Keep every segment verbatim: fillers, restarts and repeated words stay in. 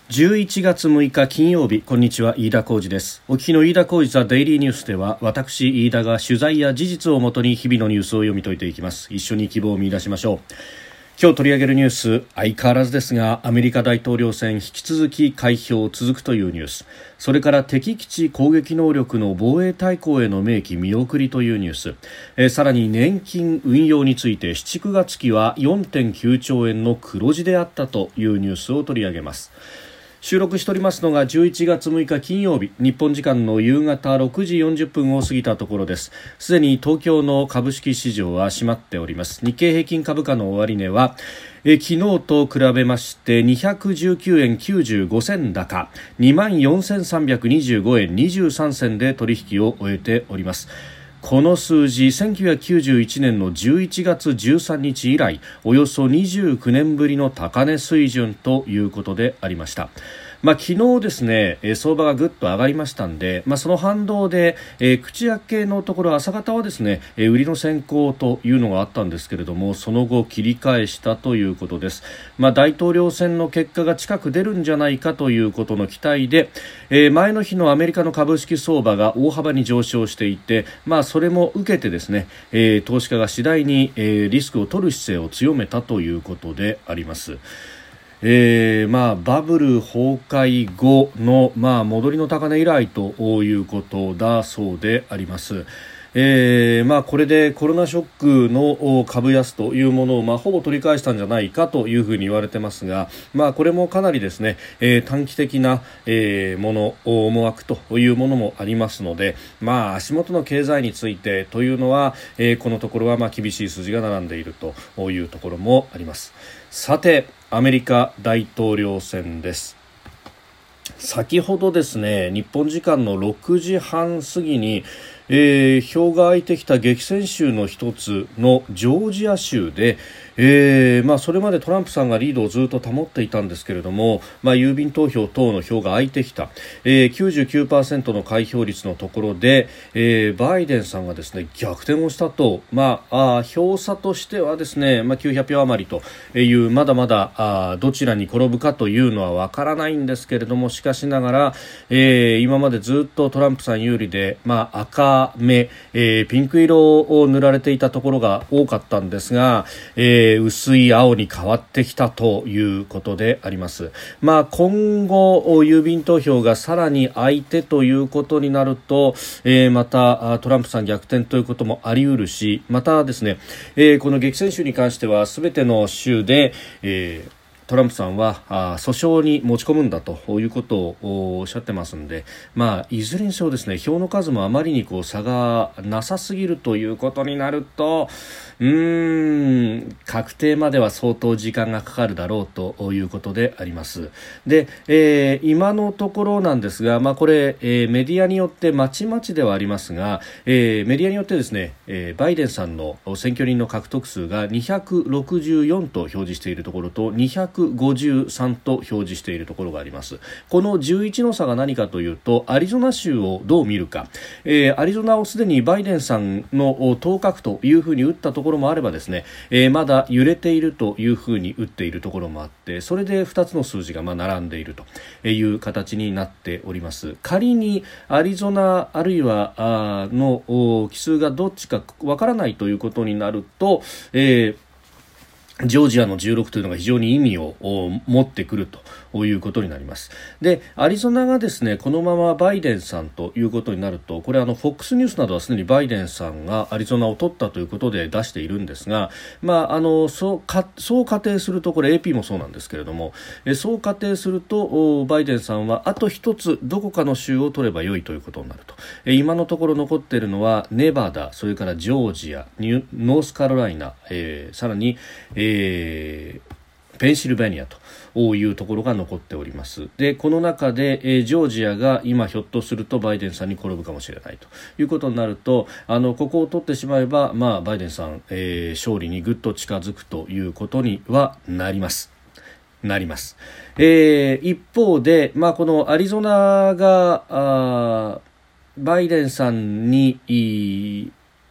じゅういちがつむいか金曜日、こんにちは、飯田浩司です。お聞きの飯田浩司ザデイリーニュースでは、私飯田が取材や事実をもとに日々のニュースを読み解いていきます。一緒に希望を見出しましょう。今日取り上げるニュース、相変わらずですが、アメリカ大統領選引き続き開票続くというニュース、それから敵基地攻撃能力の防衛大綱への明記見送りというニュース、えさらに年金運用についてなな、くがつ期は よんてんきゅうちょうえんの黒字であったというニュースを取り上げます。収録しておりますのがじゅういちがつむいか金曜日、日本時間の夕方ろくじよんじゅっぷんを過ぎたところです。すでに東京の株式市場は閉まっております。日経平均株価の終値はえ昨日と比べましてにひゃくじゅうきゅうえんきゅうじゅうごせん高 にまんよんせんさんびゃくにじゅうごえんにじゅうさんせんで取引を終えております。この数字、せんきゅうひゃくきゅうじゅういちねんのじゅういちがつじゅうさんにち以来、およそにじゅうきゅうねんぶりの高値水準ということでありました。まあ、昨日ですね、相場がぐっと上がりましたんで、まあ、その反動で、えー、口開けのところ朝方はですね、えー、売りの先行というのがあったんですけれども、その後切り返したということです。まあ、大統領選の結果が近く出るんじゃないかということの期待で、えー、前の日のアメリカの株式相場が大幅に上昇していて、まあ、それも受けてですね、えー、投資家が次第に、えー、リスクを取る姿勢を強めたということであります。えーまあ、バブル崩壊後の、まあ、戻りの高値以来ということだそうであります。えーまあ、これでコロナショックの株安というものを、まあ、ほぼ取り返したんじゃないかというふうに言われてますが、まあ、これもかなりですね、えー、短期的な、えー、もの思惑というものもありますので、まあ、足元の経済についてというのは、えー、このところはまあ厳しい数字が並んでいるというところもあります。さて、アメリカ大統領選です。先ほどですね、日本時間のろくじはん過ぎに、えー、票が開いてきた激戦州の一つのジョージア州で、えーまあ、それまでトランプさんがリードをずっと保っていたんですけれども、まあ、郵便投票等の票が開いてきた、えー、きゅうじゅうきゅうパーセント の開票率のところで、えー、バイデンさんがですね逆転をしたと、まあ、あ票差としてはですね、まあ、きゅうひゃくひょう余りというまだまだあどちらに転ぶかというのはわからないんですけれども、しかしながら、えー、今までずっとトランプさん有利で、まあ、赤目、えー、ピンク色を塗られていたところが多かったんですが、えー薄い青に変わってきたということであります。まあ、今後郵便投票がさらに空いてということになると、えー、またトランプさん逆転ということもあり得るし、またですね、えー、この激戦州に関しては全ての州で、えートランプさんはあ訴訟に持ち込むんだということをおっしゃってますので、まあ、いずれにせよですね、票の数もあまりにこう差がなさすぎるということになると、うーん確定までは相当時間がかかるだろうということであります。で、えー、今のところなんですが、まあ、これ、えー、メディアによってまちまちではありますが、えー、メディアによってですね、えー、バイデンさんの選挙人の獲得数がにひゃくろくじゅうよんと表示しているところとにひゃくごじゅうさんと表示しているところがあります。このじゅういちの差が何かというと、アリゾナ州をどう見るか、えー、アリゾナをすでにバイデンさんの当確というふうに打ったところもあればですね、えー、まだ揺れているというふうに打っているところもあって、それでふたつの数字がまあ並んでいるという形になっております。仮にアリゾナあるいはあの奇数がどっちかわからないということになると、えージョージアのじゅうろくというのが非常に意味を持ってくるということになります。で、アリゾナがですね、このままバイデンさんということになると、これあの フォックス ニュースなどはすでにバイデンさんがアリゾナを取ったということで出しているんですが、まあ、あのそうかそう仮定すると、これ エーピー もそうなんですけれども、えそう仮定するとバイデンさんはあと一つどこかの州を取れば良いということになると。え今のところ残っているのはネバダ、それからジョージア、ニュノースカロライナ、えー、さらに、えーえー、ペンシルベニアというところが残っております。で、この中で、えー、ジョージアが今ひょっとするとバイデンさんに転ぶかもしれないということになると、あのここを取ってしまえば、まあ、バイデンさん、えー、勝利にぐっと近づくということにはなりますなります、えー、一方で、まあ、このアリゾナがあバイデンさんに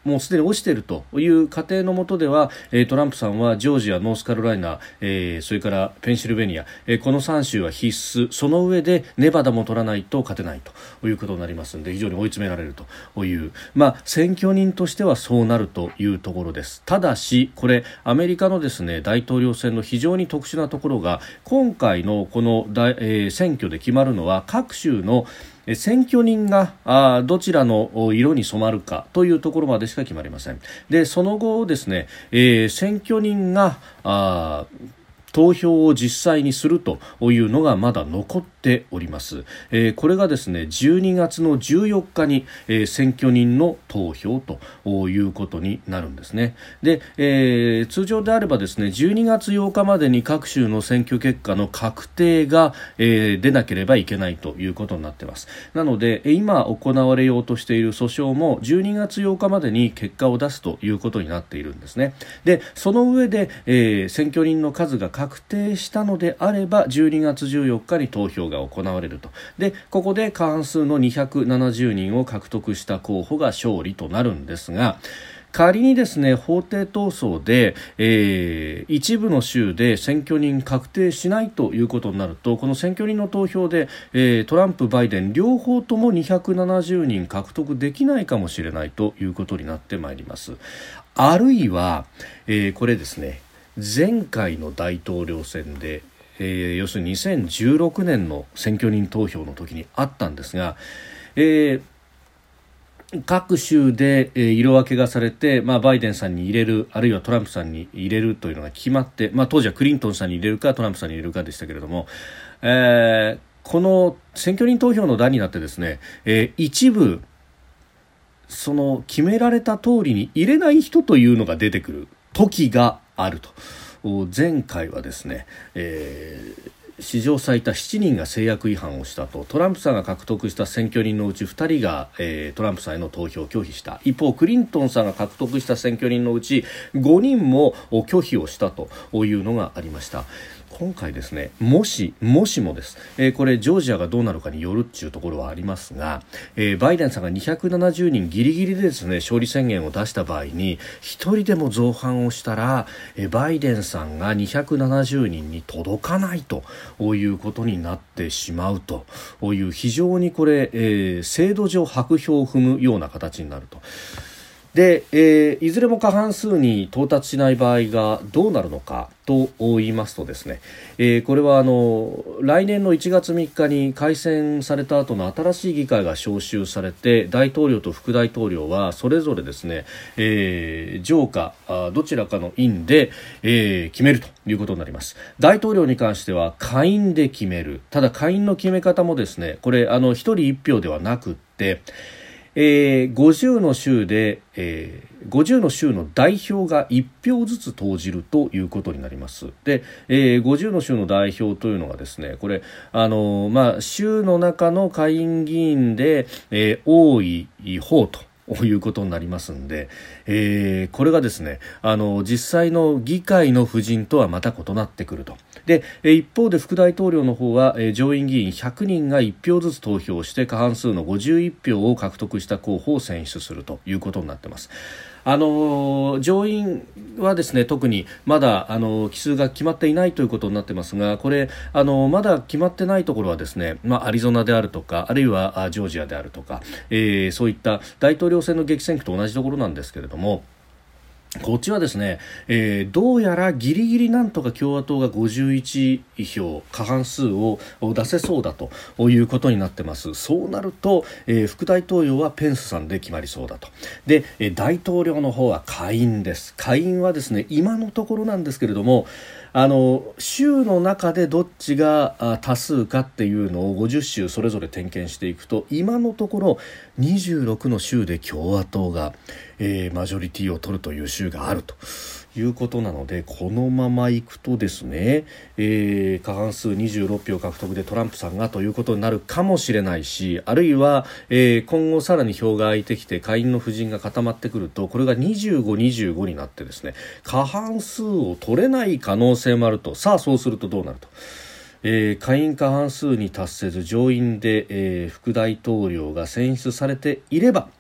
もうすでに落ちているという過程の下では、えー、トランプさんはジョージア、ノースカロライナ、えー、それからペンシルベニア、えー、このさん州は必須、その上でネバダも取らないと勝てないということになりますので、非常に追い詰められるという、まあ、選挙人としてはそうなるというところです。ただしこれアメリカのですね大統領選の非常に特殊なところが、今回のこの大、えー、選挙で決まるのは各州の選挙人があどちらの色に染まるかというところまでしか決まりません。でその後ですね、えー、選挙人があ投票を実際にするというのがまだ残っております。えー、これがですねじゅうにがつのじゅうよっかに、えー、選挙人の投票ということになるんですね。で、えー、通常であればですねじゅうにがつようかまでに各州の選挙結果の確定が、えー、出なければいけないということになっています。なので今行われようとしている訴訟もじゅうにがつようかまでに結果を出すということになっているんですね。でその上で、えー、選挙人の数が確定したのであればじゅうにがつじゅうよっかに投票が行われると。でここで過半数のにひゃくななじゅうにんを獲得した候補が勝利となるんですが、仮にですね法廷闘争で、えー、一部の州で選挙人確定しないということになると、この選挙人の投票で、えー、トランプ、バイデン両方ともにひゃくななじゅうにん獲得できないかもしれないということになってまいります。あるいは、えー、これですね前回の大統領選で、えー、要するににせんじゅうろくねんの選挙人投票の時にあったんですが、えー、各州で、えー、色分けがされて、まあ、バイデンさんに入れる、あるいはトランプさんに入れるというのが決まって、まあ、当時はクリントンさんに入れるかトランプさんに入れるかでしたけれども、えー、この選挙人投票の段になってですね、えー、一部その決められた通りに入れない人というのが出てくる時があると。前回はですね、えー史上最多しちにんが制約違反をしたと。トランプさんが獲得した選挙人のうちふたりが、えー、トランプさんへの投票を拒否した。一方クリントンさんが獲得した選挙人のうちごにんも拒否をしたというのがありました。今回ですねもしもしもです、えー、これジョージアがどうなるかによるっていうところはありますが、えー、バイデンさんがにひゃくななじゅうにんギリギリでですね勝利宣言を出した場合にひとりでも造反をしたら、えー、バイデンさんがにひゃくななじゅうにんに届かないということになってしまうという非常にこれ、えー、制度上薄氷を踏むような形になると。で、えー、いずれも過半数に到達しない場合がどうなるのかと言いますとですね、えー、これはあの来年のいちがつみっかに改選された後の新しい議会が招集されて、大統領と副大統領はそれぞれですね、えー、上下どちらかの院で、えー、決めるということになります。大統領に関しては下院で決める。ただ下院の決め方もですね、これあのひとりいち票ではなくってえー、ごじゅうの州で、えー、ごじゅうの州の代表がいち票ずつ投じるということになります。で、えー、ごじゅうの州の代表というのがですね、これあのー、まあ州の中の下院議員で、えー、多い方とということになりますんで、えー、これがですねあの実際の議会の布陣とはまた異なってくると。で一方で副大統領の方は、えー、上院議員ひゃくにんがいち票ずつ投票して過半数のごじゅういち票を獲得した候補を選出するということになっています。あの上院はですね特にまだあの期数が決まっていないということになっていますが、これあのまだ決まってないところはですね、まあ、アリゾナであるとかあるいはジョージアであるとか、えー、そういった大統領選の激戦区と同じところなんですけれども、こっちはですね、えー、どうやらギリギリなんとか共和党がごじゅういち票過半数を出せそうだということになってます。そうなると、えー、副大統領はペンスさんで決まりそうだと。で、えー、大統領の方は下院です。下院はですね今のところなんですけれども、あの州の中でどっちが多数かっていうのをごじゅっ州それぞれ点検していくと、今のところにじゅうろくの州で共和党が、えー、マジョリティを取るという州があるということなので、このままいくとですね、えー、過半数にじゅうろく票獲得でトランプさんがということになるかもしれないし、あるいは、えー、今後さらに票が空いてきて下院の布陣が固まってくると、これがにじゅうご、にじゅうごになってですね過半数を取れない可能性もあると。さあそうするとどうなると、えー、下院過半数に達せず上院で、えー、副大統領が選出されていれば、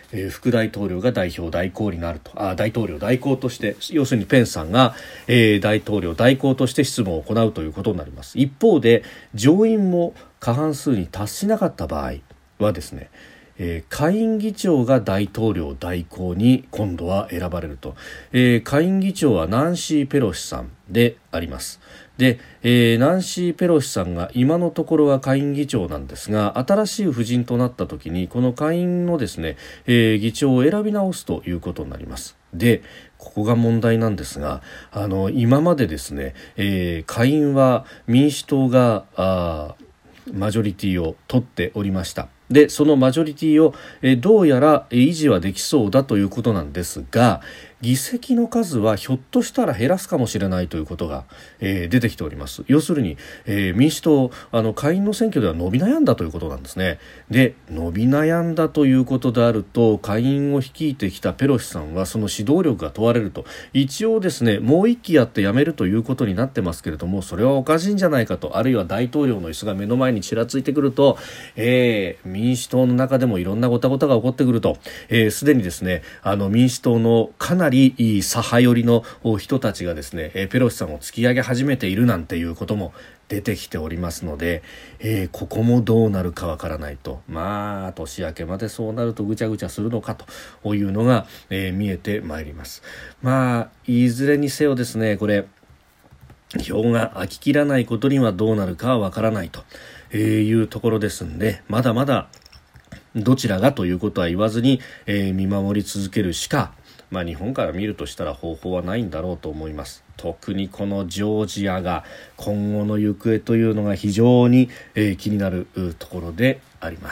えー、副大統領が代表代行になるとあ大統領代行として要するにペンスさんが、えー、大統領代行として執務を行うということになります。一方で上院も過半数に達しなかった場合はですね、えー、下院議長が大統領代行に今度は選ばれると、えー、下院議長はナンシー・ペロシさんであります。で、えー、ナンシー・ペロシさんが今のところは下院議長なんですが、新しい夫人となった時にこの下院のですね、えー、議長を選び直すということになります。で、ここが問題なんですが、あの今までですね、えー、下院は民主党があマジョリティを取っておりました。で、そのマジョリティを、えー、どうやら維持はできそうだということなんですが、議席の数はひょっとしたら減らすかもしれないということが、えー、出てきております。要するに、えー、民主党あの下院の選挙では伸び悩んだということなんですね。で、伸び悩んだということであると、下院を率いてきたペロシさんはその指導力が問われると、一応ですね、もう一期やって辞めるということになってますけれども、それはおかしいんじゃないかと、あるいは大統領の椅子が目の前にちらついてくると、えー、民主党の中でもいろんなごたごたが起こってくると、えー、すでにですね、あの民主党のかなりいい左派寄りの人たちがですね、ペロシさんを突き上げ始めているなんていうことも出てきておりますので、えー、ここもどうなるかわからないと、まあ年明けまでそうなるとぐちゃぐちゃするのかというのが、えー、見えてまいります。まあいずれにせよですね、これ票が空ききらないことにはどうなるかはわからないというところですんで、まだまだどちらがということは言わずに、えー、見守り続けるしか、まあ、日本から見るとしたら方法はないんだろうと思います。特にこのジョージアが今後の行方というのが非常に、えー、気になるところであります。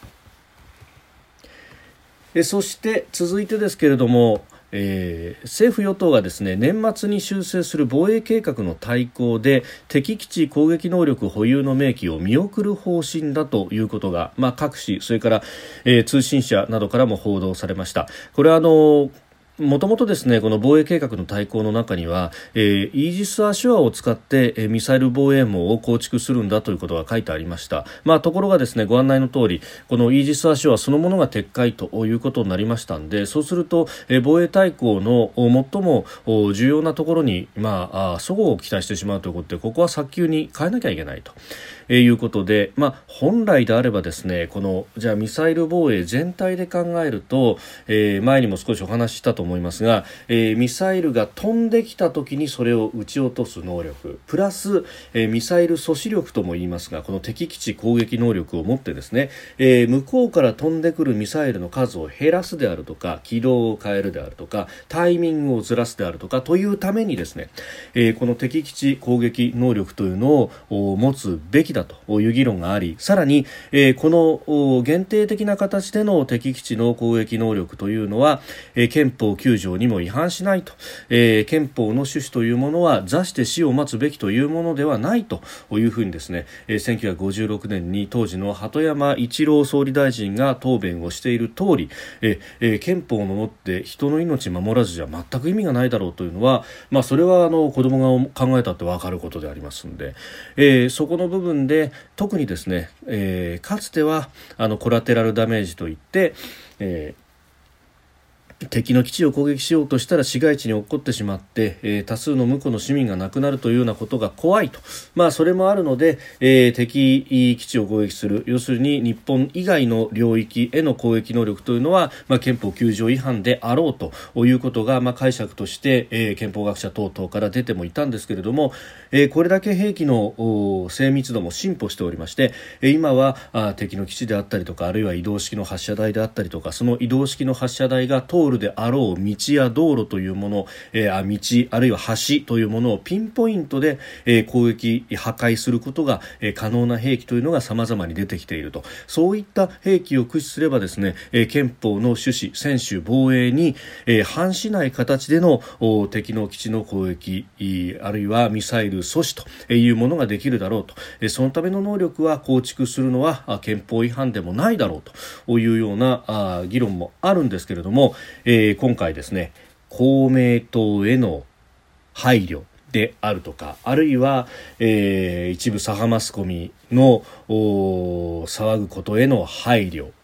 えそして続いてですけれども、えー、政府与党がですね、年末に修正する防衛計画の大綱で敵基地攻撃能力保有の明記を見送る方針だということが、まあ、各紙それから、えー、通信社などからも報道されました。これはあのもともとですね、この防衛計画の大綱の中には、えー、イージス・アショアを使って、えー、ミサイル防衛網を構築するんだということが書いてありました。まあ、ところがですね、ご案内の通り、このイージス・アショアそのものが撤回ということになりましたんで、そうすると、えー、防衛大綱の最も重要なところに、まあ、齟齬を期待してしまうということで、ここは早急に変えなきゃいけないと。えー、いうことで、まあ、本来であればですね、このじゃあミサイル防衛全体で考えると、えー、前にも少しお話ししたと思いますが、えー、ミサイルが飛んできた時にそれを撃ち落とす能力プラス、えー、ミサイル阻止力とも言いますが、この敵基地攻撃能力を持ってですね、えー、向こうから飛んでくるミサイルの数を減らすであるとか、軌道を変えるであるとか、タイミングをずらすであるとかというためにですね、えー、この敵基地攻撃能力というのを持つべきだという議論があり、さらに、えー、この限定的な形での敵基地の攻撃能力というのは、えー、憲法きゅう条にも違反しないと、えー、憲法の趣旨というものは座して死を待つべきというものではないというふうにですね、えー、せんきゅうひゃくごじゅうろくねんに当時の鳩山一郎総理大臣が答弁をしている通り、えーえー、憲法のもって人の命守らずじゃ全く意味がないだろうというのは、まあ、それはあの子供が考えたって分かることでありますので、えー、そこの部分で特にですね、えー、かつてはあのコラテラルダメージといって、えー敵の基地を攻撃しようとしたら市街地に落っこってしまって、えー、多数の無辜の市民が亡くなるというようなことが怖いと、まあ、それもあるので、えー、敵基地を攻撃する、要するに日本以外の領域への攻撃能力というのは、まあ、憲法きゅう条違反であろうということが、まあ、解釈として、えー、憲法学者等々から出てもいたんですけれども、えー、これだけ兵器の精密度も進歩しておりまして、えー、今はあ敵の基地であったりとか、あるいは移動式の発射台であったりとか、その移動式の発射台が通るであろう道や道路というもの、えー、あ道あるいは橋というものをピンポイントで、えー、攻撃破壊することが、えー、可能な兵器というのが様々に出てきていると。そういった兵器を駆使すればですね、えー、憲法の趣旨専守防衛に、えー、反しない形での敵の基地の攻撃あるいはミサイル阻止というものができるだろうと、えー、そのための能力は構築するのは憲法違反でもないだろうというようなあ議論もあるんですけれども、えー今回ですね、公明党への配慮であるとか、あるいは、えー、一部左派マスコミの騒ぐことへの配慮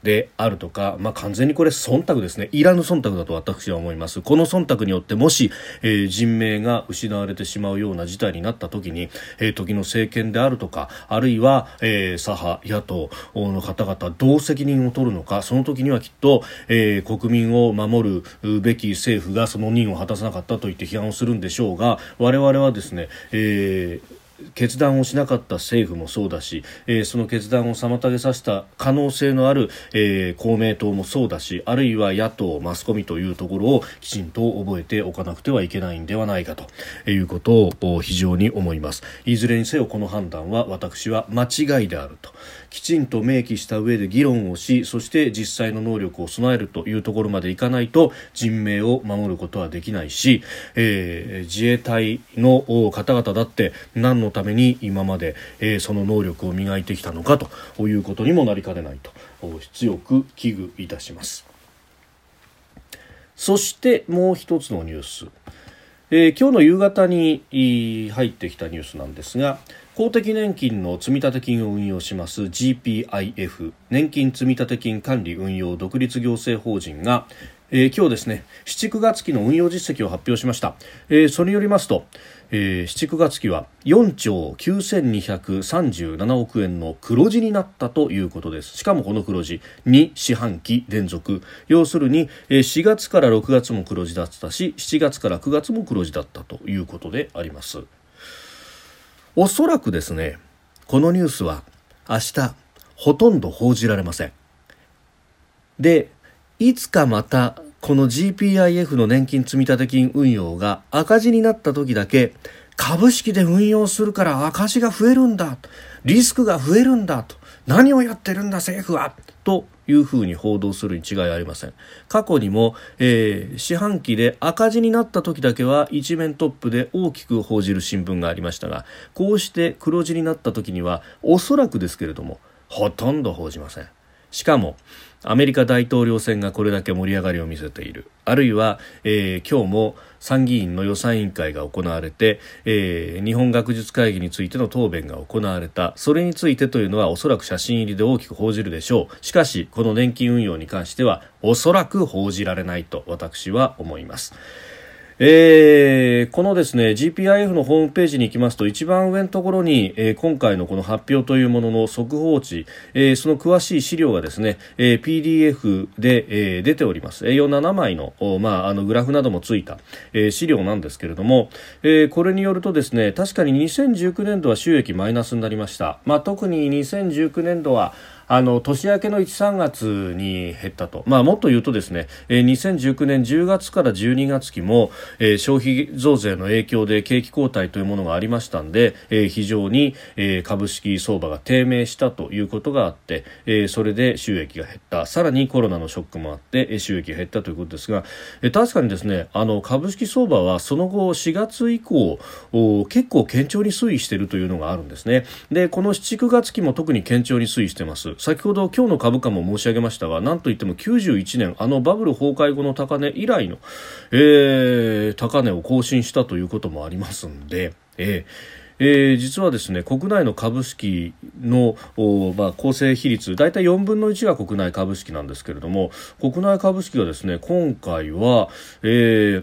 であるとか、まあ、完全にこれ忖度ですね。いらぬ忖度だと私は思います。この忖度によってもし、えー、人命が失われてしまうような事態になった時に、えー、時の政権であるとか、あるいは、えー、左派野党の方々どう責任を取るのか、その時にはきっと、えー、国民を守るべき政府がその任を果たさなかったと言って批判をするんでしょうが、我々はですね、えー決断をしなかった政府もそうだし、えー、その決断を妨げさせた可能性のある、えー、公明党もそうだし、あるいは野党マスコミというところをきちんと覚えておかなくてはいけないんではないかということを非常に思います。いずれにせよこの判断は私は間違いであるときちんと明記した上で議論をし、そして実際の能力を備えるというところまでいかないと人命を守ることはできないし、えー、自衛隊の方々だって何のために今まで、えー、その能力を磨いてきたのかということにもなりかねないと強く危惧いたします。そしてもう一つのニュース、えー、今日の夕方に入ってきたニュースなんですが、公的年金の積立金を運用します ジーピーアイエフ 年金積立金管理運用独立行政法人が、えー、今日ですねしち、くがつ期の運用実績を発表しました。えー、それによりますと、えー、しち、くがつ期はよんちょうきゅうせんにひゃくさんじゅうななおくえんの黒字になったということです。しかもこの黒字に四半期連続、要するにしがつからろくがつも黒字だったし、しちがつからくがつも黒字だったということであります。おそらくですね、このニュースは明日ほとんど報じられません。で、いつかまたこの ジーピーアイエフ の年金積立金運用が赤字になった時だけ、株式で運用するから赤字が増えるんだ、リスクが増えるんだと、何をやってるんだ政府はというふうに報道するに違いありません。過去にも、えー、四半期で赤字になった時だけは一面トップで大きく報じる新聞がありましたが、こうして黒字になった時にはおそらくですけれどもほとんど報じません。しかもアメリカ大統領選がこれだけ盛り上がりを見せている、あるいは、えー、今日も参議院の予算委員会が行われて、えー、日本学術会議についての答弁が行われた。それについてというのはおそらく写真入りで大きく報じるでしょう。しかしこの年金運用に関してはおそらく報じられないと私は思います。えー、このですね ジーピーアイエフ のホームページに行きますと、一番上のところに、えー、今回のこの発表というものの速報値、えー、その詳しい資料がですね、えー、ピーディーエフ で、えー、出ております。 エーよんなな 枚の、まあ、あのグラフなどもついた、えー、資料なんですけれども、えー、これによるとですね、確かににせんじゅうきゅうねんどは収益マイナスになりました。まあ、特ににせんじゅうきゅうねんどはあの年明けのいち、さんがつに減ったと、まあ、もっと言うとですね、えー、にせんじゅうきゅうねんじゅうがつからじゅうにがつ期も、えー、消費増税の影響で景気後退というものがありましたんで、えー、非常に、えー、株式相場が低迷したということがあって、えー、それで収益が減った。さらにコロナのショックもあって、えー、収益が減ったということですが、えー、確かにですね、あの株式相場はその後しがつ以降結構堅調に推移しているというのがあるんですね。で、このしち、くがつ期も特に堅調に推移しています。先ほど今日の株価も申し上げましたが、なんといってもきゅうじゅういちねん、あのバブル崩壊後の高値以来の、えー、高値を更新したということもありますんで、えーえー、実はですね、国内の株式の、まあ、構成比率だいたいよんぶんのいちが国内株式なんですけれども、国内株式がですね、今回は、えー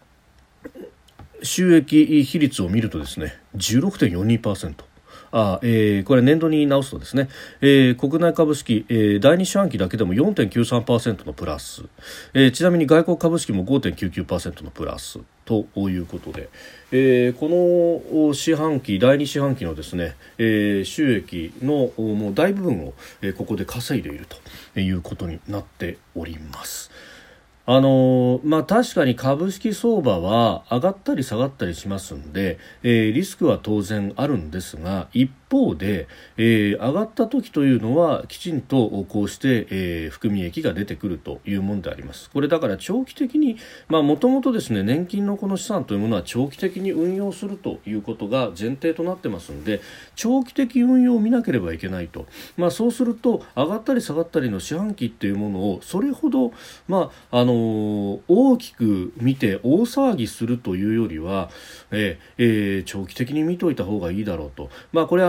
収益比率を見るとですね じゅうろくてんよんにパーセント、あ、えー、これ年度に直すとですね、えー、国内株式、えー、だいに四半期だけでも よんてんきゅうさんパーセント のプラス、えー、ちなみに外国株式も ごてんきゅうきゅうパーセント のプラスということで、えー、この四半期だいに四半期のですね、えー、収益のもう大部分を、えー、ここで稼いでいるということになっております。あのまあ、確かに株式相場は上がったり下がったりしますんで、えー、リスクは当然あるんですが、一方で、えー、上がった時というのはきちんとこうして、えー、含み益が出てくるというものであります。これだから長期的に、もともとですね、年金のこの資産というものは長期的に運用するということが前提となってますので、長期的運用を見なければいけないと、まあ、そうすると上がったり下がったりの四半期っていうものをそれほど、まああの大きく見て大騒ぎするというよりは、えーえー、長期的に見といた方がいいだろうと、まあ、これはあの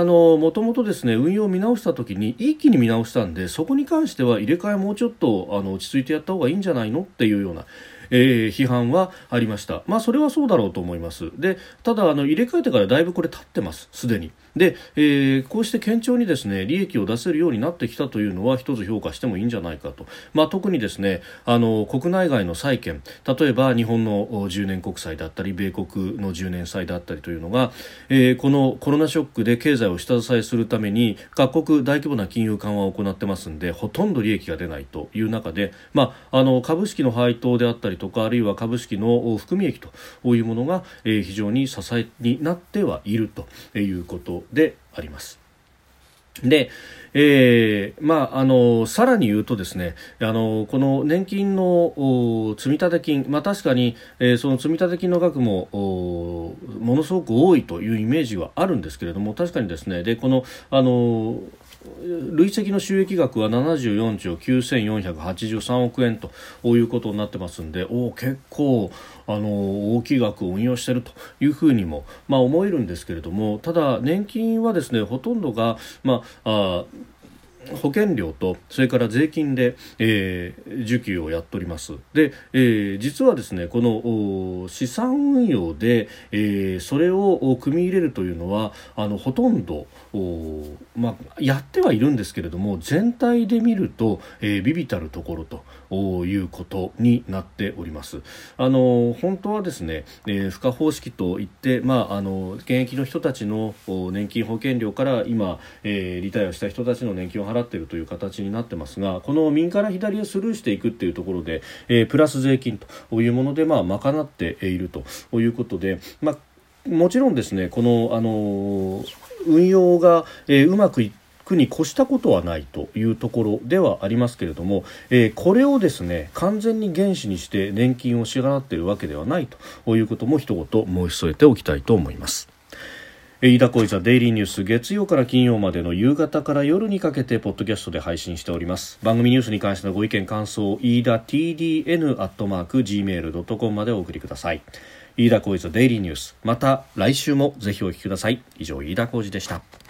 のもともとですね運用を見直した時に一気に見直したんで、そこに関しては入れ替えもうちょっとあの落ち着いてやった方がいいんじゃないのっていうようなえー、批判はありました。まあそれはそうだろうと思います。で、ただあの入れ替えてからだいぶこれ経ってます、すでに。で、えー、こうして堅調にですね利益を出せるようになってきたというのは一つ評価してもいいんじゃないかと。まあ特にですねあの国内外の債券、例えば日本のじゅうねん国債だったり米国のじゅうねん債だったりというのが、えー、このコロナショックで経済を下支えするために各国大規模な金融緩和を行ってますんで、ほとんど利益が出ないという中で、まああの株式の配当であったりとか、あるいは株式の含み益というものが、えー、非常に支えになってはいるということであります。で、えーまあ、あのさらに言うとですね、あのこの年金の積立金、まあ、確かに、えー、その積立金の額もものすごく多いというイメージはあるんですけれども、確かにですね、でこのあの累積の収益額はななじゅうよんちょうきゅうせんよんひゃくはちじゅうさんおくえんということになってますんで、お結構あの大きい額を運用しているというふうにも、まあ、思えるんですけれども、ただ年金はですねほとんどが、まあ、あ保険料とそれから税金で、えー、受給をやっております。で、えー、実はですねこの資産運用で、えー、それを組み入れるというのはあのほとんど、まあ、やってはいるんですけれども、全体で見ると、えー、微々たるところということになっております。あの本当はですね、えー、付加方式といって、まあ、あの現役の人たちの年金保険料から今、えー、リタイアした人たちの年金を払っているという形になってますが、この右から左へスルーしていくっていうところで、えー、プラス税金というもので、まあ、賄っているということで、まあ、もちろんですねこの、あのー、運用が、えー、うまくいってに越したことはないというところではありますけれども、えー、これをですね完全に原資にして年金を支払っているわけではないということも一言申し添えておきたいと思います。飯田浩司ザデイリーニュース、月曜から金曜までの夕方から夜にかけてポッドキャストで配信しております。番組ニュースに関してのご意見感想、飯田 ティーディーエヌ アットマーク ジーメール ドットコム までお送りください。飯田浩司ザデイリーニュース、また来週もぜひお聞きください。以上、飯田浩司でした。